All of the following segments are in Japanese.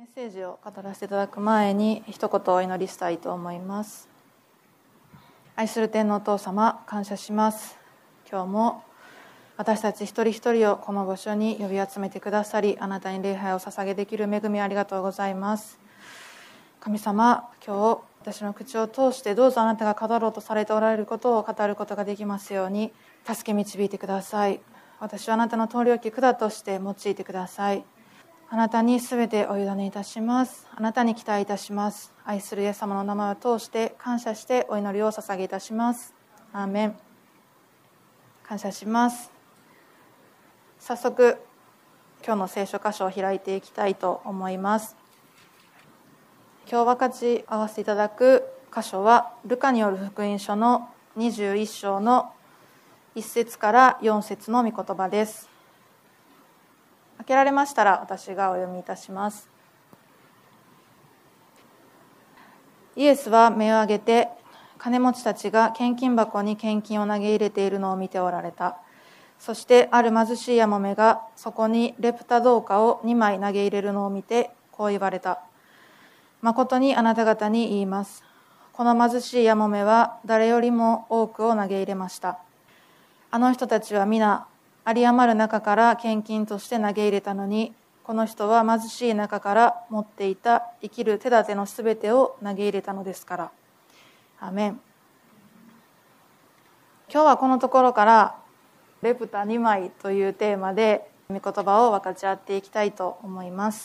ッセージを語らせていただく前に一言お祈りしたいと思います。愛する天のお父様、感謝します。今日も私たち一人一人をこの場所に呼び集めてくださり、あなたに礼拝を捧げできる恵みありがとうございます。神様、今日私の口を通してどうぞあなたが語ろうとされておられることを語ることができますように助け導いてください。私はあなたの通り置き管として用いてください。あなたにすべてお委ねいたします。あなたに期待いたします。愛するイエス様の名前を通して感謝してお祈りを捧げいたします。アーメン。感謝します。早速今日の聖書箇所を開いていきたいと思います。今日分かち合わせていただく箇所はルカによる福音書の21章の1節から4節の御言葉です。開けられましたら私がお読みいたします。イエスは目を上げて金持ちたちが献金箱に献金を投げ入れているのを見ておられた。そしてある貧しいやもめがそこにレプタ銅貨を2枚投げ入れるのを見てこう言われた。誠にあなた方に言います。この貧しいやもめは誰よりも多くを投げ入れました。あの人たちは皆有り余る中から献金として投げ入れたのに、この人は貧しい中から持っていた生きる手立てのすべてを投げ入れたのですから。アーメン。今日はこのところからレプタ2枚というテーマで御言葉を分かち合っていきたいと思います。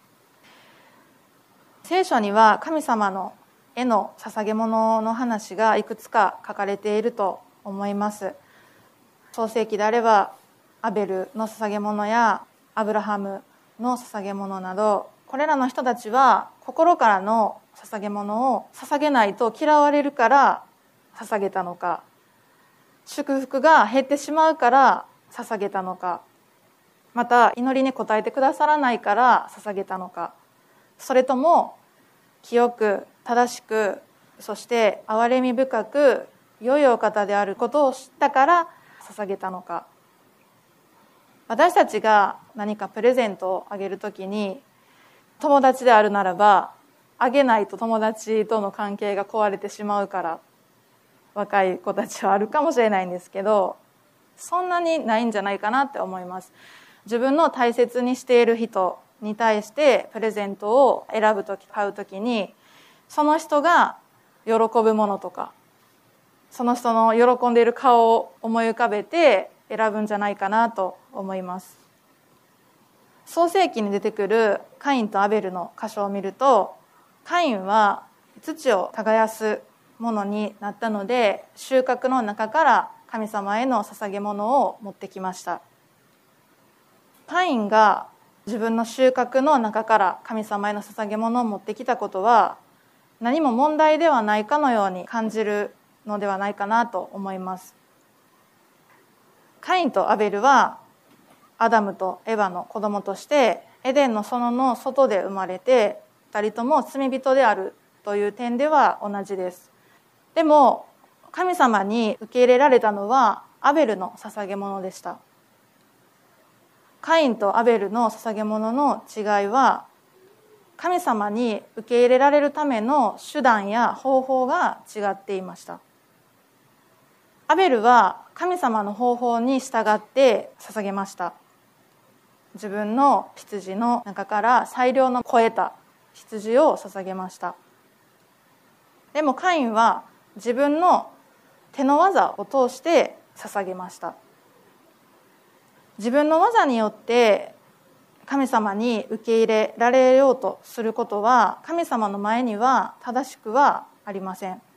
聖書には神様のへの捧げ物の話がいくつか書かれていると思います。創世記であればアベルの捧げ物やアブラハムの捧げ物など、これらの人たちは心からの捧げ物を捧げないと嫌われるから捧げたのか、祝福が減ってしまうから捧げたのか、また祈りに応えてくださらないから捧げたのか、それとも清く正しく、そして憐れみ深く良いお方であることを知ったから捧げたのか。私たちが何かプレゼントをあげるときに、友達であるならばあげないと友達との関係が壊れてしまうから、若い子たちはあるかもしれないんですけど、そんなにないんじゃないかなって思います。自分の大切にしている人に対してプレゼントを選ぶとき、買うときに、その人が喜ぶものとか、その人の喜んでいる顔を思い浮かべて選ぶんじゃないかなと思います。創世記に出てくるカインとアベルの箇所を見ると、カインは土を耕すものになったので、収穫の中から神様への捧げ物を持ってきました。カインが自分の収穫の中から神様への捧げ物を持ってきたことは何も問題ではないかのように感じるのではないかなと思います。カインとアベルはアダムとエバの子供としてエデンの園の外で生まれて、2人とも罪人であるという点では同じです。でも神様に受け入れられたのはアベルの捧げ物でした。カインとアベルの捧げ物の違いは、神様に受け入れられるための手段や方法が違っていました。アベルは神様の方法に従って捧げました。自分の羊の中から最良の肥えた羊を捧げました。でもカインは自分の手の技を通して捧げました。自分の技によって神様に受け入れられようとすることは神様の前には正しくはありません。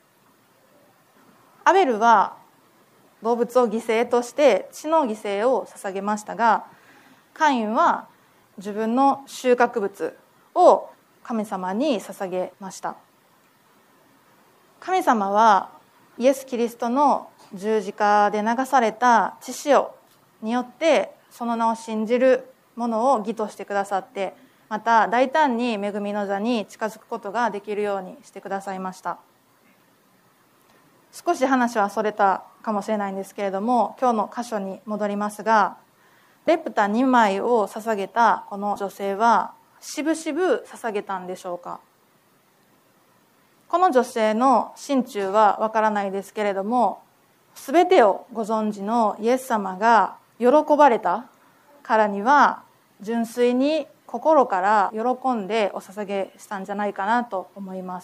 アベルは動物を犠牲として血の犠牲を捧げましたが、カインは自分の収穫物を神様に捧げました。神様はイエス・キリストの十字架で流された血潮によってその名を信じる者を義としてくださって、また大胆に恵みの座に近づくことができるようにしてくださいました。少し話はそれたかもしれないんですけれども、今日の箇所に戻りますが、レプタ2枚を捧げたこの女性はしぶしぶ捧げたんでしょうか。この女性の心中はわからないですけれども、すべてをご存知のイエス様が喜ばれたからには、純粋に心から喜んでお捧げしたんじゃないかなと思います。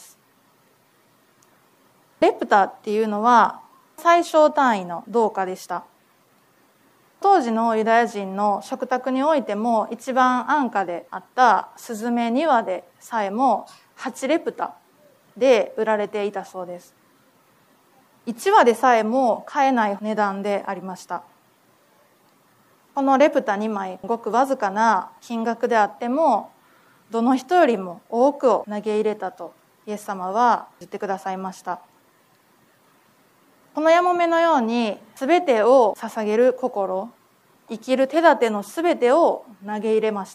レプタっていうのは最小単位の銅貨でした。当時のユダヤ人の食卓においても一番安価であったスズメ2羽でさえも8レプタで売られていたそうです。1羽でさえも買えない値段でありました。このレプタ2枚、ごくわずかな金額であっても、どの人よりも多くを投げ入れたとイエス様は言ってくださいました。このやもめのように全てを捧げる心、生きる手立ての全てを投げ入れました。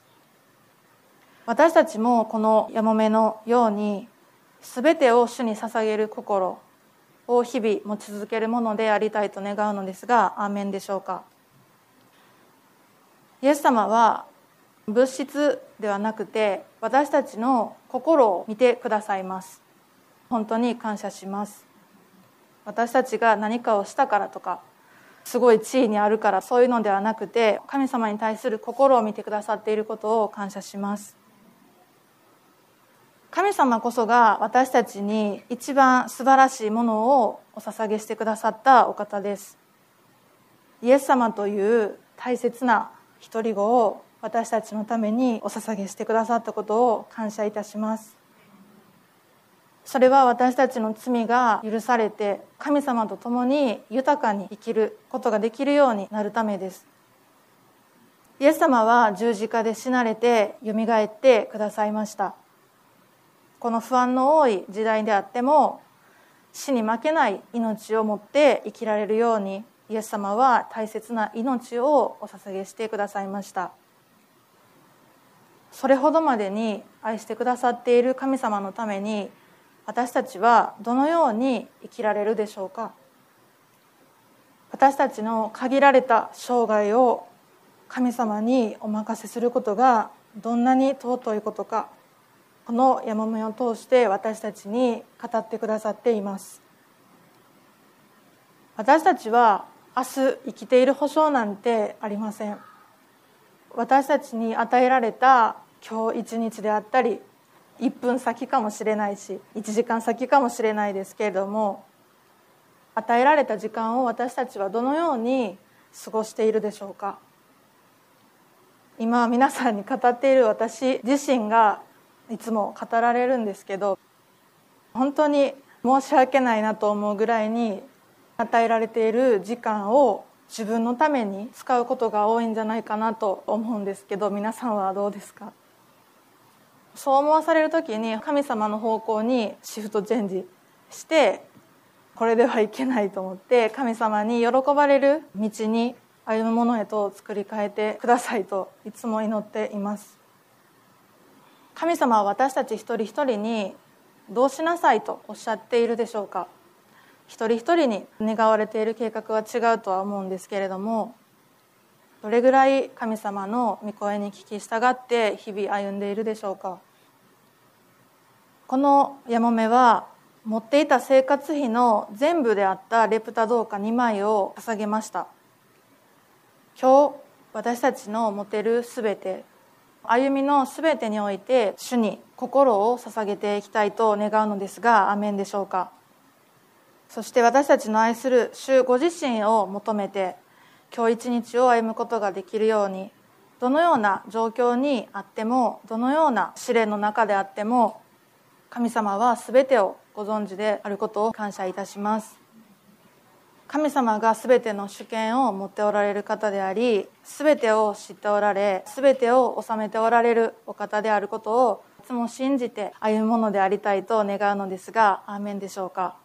私たちもこのやもめのように全てを主に捧げる心を日々持ち続けるものでありたいと願うのですが、アーメンでしょうか。イエス様は物質ではなくて私たちの心を見てくださいます。本当に感謝します。私たちが何かをしたからとかすごい地位にあるからそういうのではなくて、神様に対する心を見てくださっていることを感謝します。神様こそが私たちに一番素晴らしいものをお捧げしてくださったお方です。イエス様という大切な一人子を私たちのためにお捧げしてくださったことを感謝いたします。それは私たちの罪が許されて神様と共に豊かに生きることができるようになるためです。イエス様は十字架で死なれてよみがえってくださいました。この不安の多い時代であっても死に負けない命を持って生きられるように、イエス様は大切な命をお捧げしてくださいました。それほどまでに愛してくださっている神様のために私たちはどのように生きられるでしょうか。私たちの限られた生涯を神様にお任せすることがどんなに尊いことか、このやもめを通して私たちに語ってくださっています。私たちは明日生きている保証なんてありません。私たちに与えられた今日一日であったり、1分先かもしれないし1時間先かもしれないですけれども、与えられた時間を私たちはどのように過ごしているでしょうか。今皆さんに語っている私自身がいつも語られるんですけど、本当に申し訳ないなと思うぐらいに与えられている時間を自分のために使うことが多いんじゃないかなと思うんですけど、皆さんはどうですか。そう思わされる時に神様の方向にシフトチェンジして、これではいけないと思って神様に喜ばれる道に歩むものへと作り変えてくださいといつも祈っています。神様は私たち一人一人にどうしなさいとおっしゃっているでしょうか。一人一人に願われている計画は違うとは思うんですけれども、どれぐらい神様の御声に聞き従って日々歩んでいるでしょうか。このやもめは持っていた生活費の全部であったレプタ銅貨2枚を捧げました。今日私たちの持てるすべて、歩みのすべてにおいて主に心を捧げていきたいと願うのですが、アーメンでしょうか。そして私たちの愛する主ご自身を求めて今日一日を歩むことができるように、どのような状況にあっても、どのような試練の中であっても、神様は全てをご存知であることを感謝いたします。神様が全ての主権を持っておられる方であり、全てを知っておられ、全てを治めておられるお方であることをいつも信じて歩むものでありたいと願うのですが、アーメンでしょうか。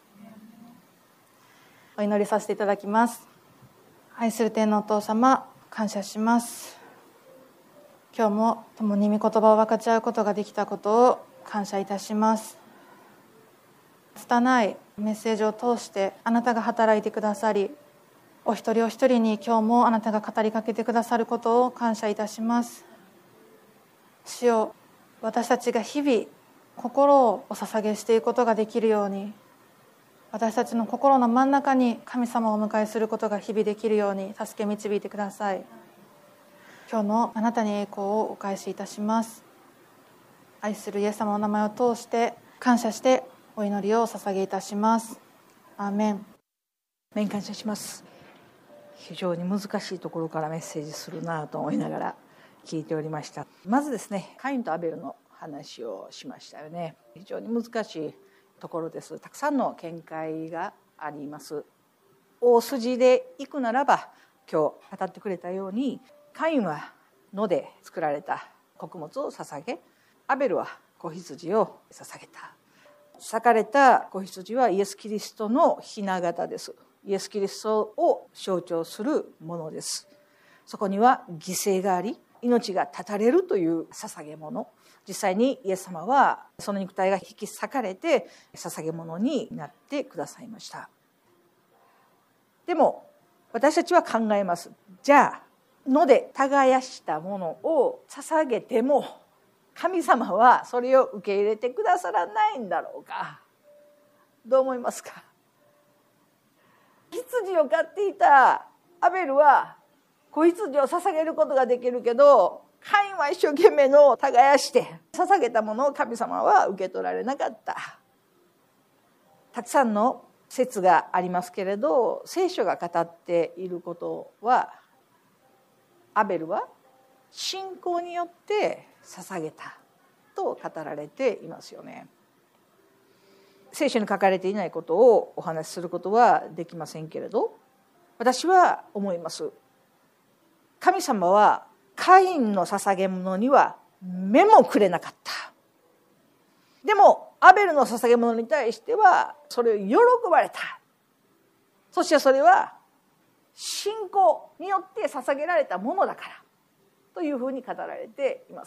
お祈りさせていただきます。愛する天のお父様、感謝します。今日も共に御言葉を分かち合うことができたことを感謝いたします。拙いメッセージを通してあなたが働いてくださり、お一人お一人に今日もあなたが語りかけてくださることを感謝いたします。 主よ、私たちが日々心をお捧げしていくことができるように、私たちの心の真ん中に神様をお迎えすることが日々できるように助け導いてください。今日のあなたに栄光をお返しいたします。愛するイエス様のお名前を通して感謝してお祈りをお捧げいたします。アーメン。 感謝します。非常に難しいところからメッセージするなと思いながら聞いておりました。まずですね、カインとアベルの話をしましたよね。非常に難しいところです。たくさんの見解があります。大筋でいくならば、今日語ってくれたように、カインは野で作られた穀物を捧げ、アベルは子羊を捧げた。裂かれた子羊はイエス・キリストの雛形です。イエス・キリストを象徴するものです。そこには犠牲があり、命が絶たれるという捧げ物。実際にイエス様はその肉体が引き裂かれて捧げ物になってくださいました。でも私たちは考えます。じゃあ野で耕したものを捧げても神様はそれを受け入れてくださらないんだろうか。どう思いますか。羊を飼っていたアベルは子羊を捧げることができるけど、カインは一生懸命の耕して捧げたものを神様は受け取られなかった。たくさんの説がありますけれど、聖書が語っていることは、アベルは信仰によって捧げたと語られていますよね。聖書に書かれていないことをお話しすることはできませんけれど、私は思います。神様はカインの捧げ物には目もくれなかった。でもアベルの捧げ物に対してはそれを喜ばれた。そしてそれは信仰によって捧げられたものだからというふうに語られています。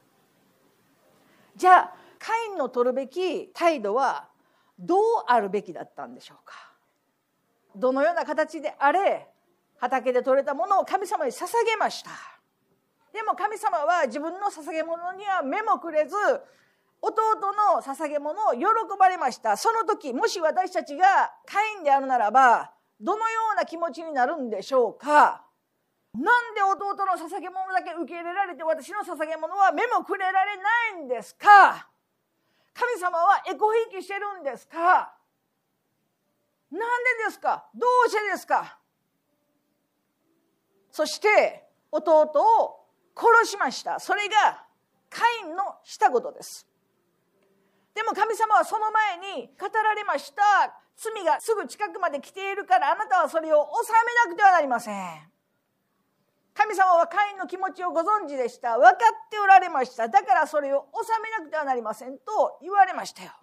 じゃあカインの取るべき態度はどうあるべきだったんでしょうか。どのような形であれ、畑で採れたものを神様に捧げました。でも神様は自分の捧げ物には目もくれず、弟の捧げ物を喜ばれました。その時、もし私たちがカインであるならば、どのような気持ちになるんでしょうか。なんで弟の捧げ物だけ受け入れられて、私の捧げ物は目もくれられないんですか。神様はエコひいきしてるんですか。なんでですか。どうしてですか。そして弟を殺しました。それがカインのしたことです。でも神様はその前に語られました。罪がすぐ近くまで来ているからあなたはそれを収めなくてはなりません。神様はカインの気持ちをご存知でした。分かっておられました。だからそれを収めなくてはなりませんと言われましたよ。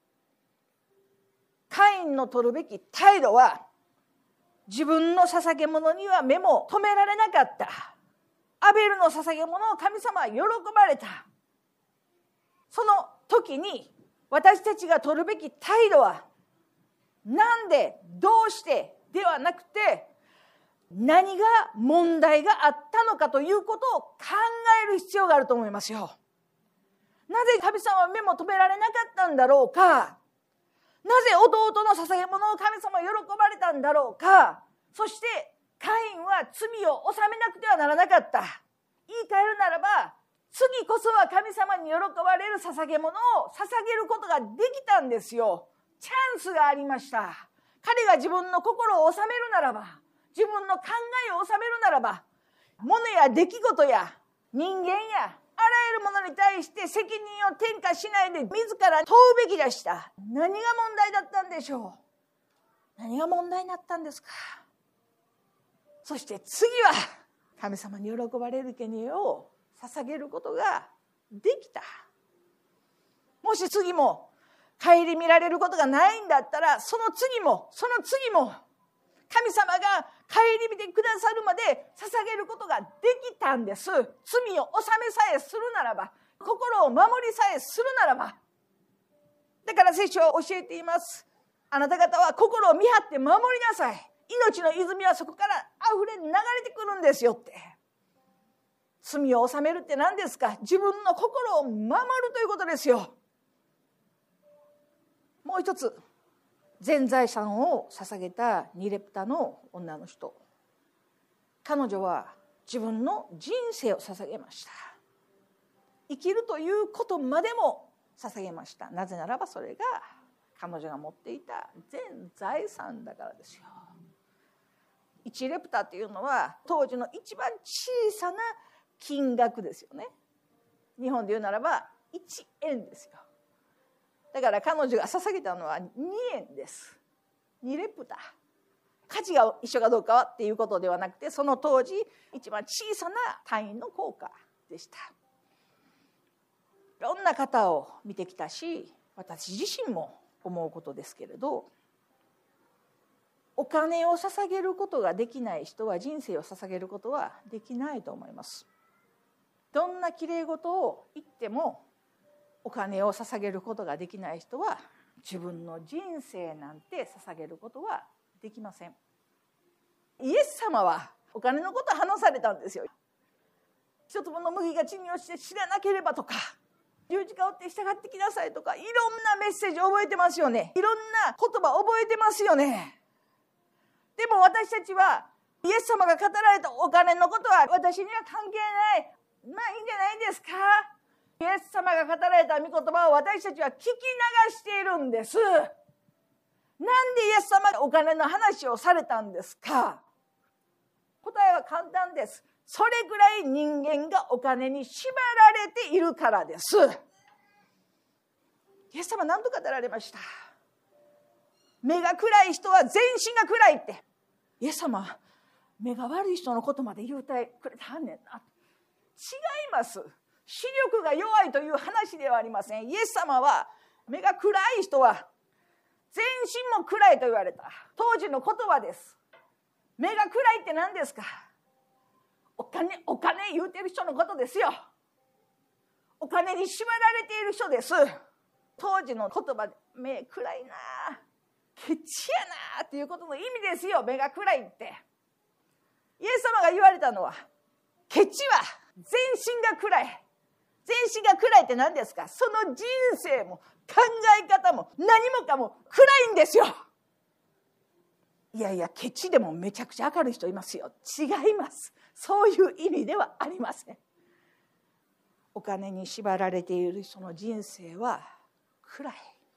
カインの取るべき態度は、自分の捧げ物には目も留められなかった。アベルの捧げ物を神様は喜ばれた。その時に私たちが取るべき態度は、なんでどうしてではなくて、何が問題があったのかということを考える必要があると思いますよ。なぜ神様は目も留められなかったんだろうか。なぜ弟の捧げ物を神様は喜ばれたんだろうか。そしてカインは罪を収めなくてはならなかった。言い換えるならば、次こそは神様に喜ばれる捧げ物を捧げることができたんですよ。チャンスがありました。彼が自分の心を収めるならば、自分の考えを収めるならば、物や出来事や人間やあらゆるものに対して責任を転嫁しないで自ら問うべきでした。何が問題だったんでしょう。何が問題になったんですか。そして次は神様に喜ばれる生贄を捧げることができた。もし次も顧みられることがないんだったら、その次も神様が顧みてくださるまで捧げることができたんです。罪を納めさえするならば、心を守りさえするならば。だから聖書は教えています。あなた方は心を見張って守りなさい。命の泉はそこから溢れ流れてくるんですよって。 罪を治めるって何ですか？自分の心を守るということですよ。もう一つ、全財産を捧げたニレプタの女の人。彼女は自分の人生を捧げました。生きるということまでも捧げました。なぜならばそれが彼女が持っていた全財産だからですよ。1レプタというのは当時の一番小さな金額ですよね。日本で言うならば1円ですよ。だから彼女が捧げたのは2円です。2レプタ。価値が一緒かどうかはっていうことではなくて、その当時一番小さな単位の効果でした。いろんな方を見てきたし、私自身も思うことですけれど、お金を捧げることができない人は人生を捧げることはできないと思います。どんなきれい事を言ってもお金を捧げることができない人は自分の人生なんて捧げることはできません。イエス様はお金のことを話されたんですよ。一粒の麦が地に落ちて知らなければとか、十字架を追って従ってきなさいとか、いろんなメッセージ覚えてますよね。いろんな言葉覚えてますよね。でも私たちはイエス様が語られたお金のことは私には関係ない。まあいいんじゃないですか。イエス様が語られた御言葉を私たちは聞き流しているんです。なんでイエス様がお金の話をされたんですか？答えは簡単です。それぐらい人間がお金に縛られているからです。イエス様何と語られました？目が暗い人は全身が暗いって。イエス様、目が悪い人のことまで言うてくれたんねんな。違います。視力が弱いという話ではありません。イエス様は目が暗い人は全身も暗いと言われた当時の言葉です。目が暗いって何ですか？お金言うてる人のことですよ。お金に縛られている人です。当時の言葉で目暗いな、ケチやなっていうことの意味ですよ。目が暗いって。イエス様が言われたのは、ケチは全身が暗い。全身が暗いって何ですか？その人生も考え方も何もかも暗いんですよ。いやいや、ケチでもめちゃくちゃ明るい人いますよ。違います。そういう意味ではありません。お金に縛られている人の人生は暗い。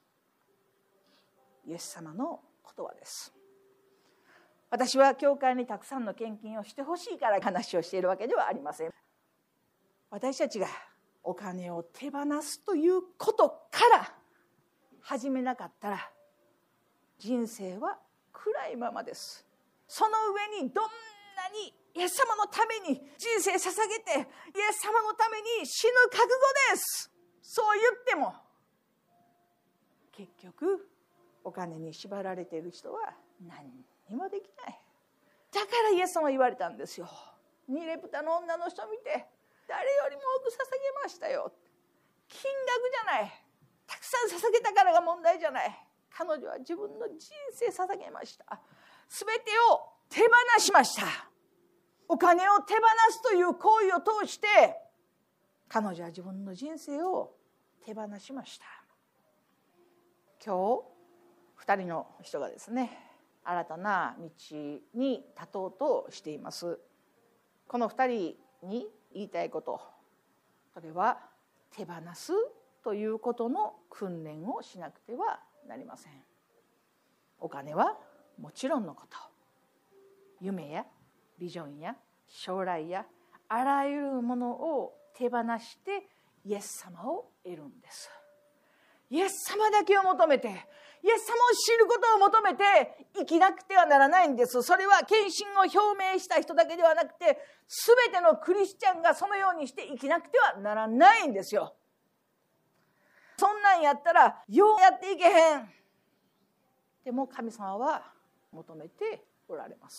イエス様の言葉です。私は教会にたくさんの献金をしてほしいから話をしているわけではありません。私たちがお金を手放すということから始めなかったら人生は暗いままです。その上にどんなにイエス様のために人生捧げてイエス様のために死ぬ覚悟です。そう言っても結局お金に縛られている人は何にもできない。だからイエス様は言われたんですよ。ニレプタの女の人を見て、誰よりも多く捧げましたよ。金額じゃない、たくさん捧げたからが問題じゃない。彼女は自分の人生捧げました。全てを手放しました。お金を手放すという行為を通して彼女は自分の人生を手放しました。今日2人の人がですね、新たな道に立とうとしています。この2人に言いたいこと、それは手放すということの訓練をしなくてはなりません。お金はもちろんのこと、夢やビジョンや将来やあらゆるものを手放してイエス様を得るんです。イエス様だけを求めて、イエス様を知ることを求めて生きなくてはならないんです。それは献身を表明した人だけではなくて、全てのクリスチャンがそのようにして生きなくてはならないんですよ。そんなんやったらようやっていけへん。でも神様は求めておられます。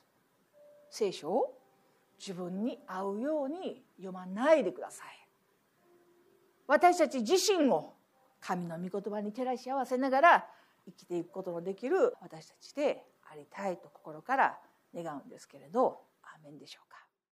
聖書を自分に合うように読まないでください。私たち自身を神の御言葉に照らし合わせながら生きていくことのできる私たちでありたいと心から願うんですけれど、アーメンでしょうか。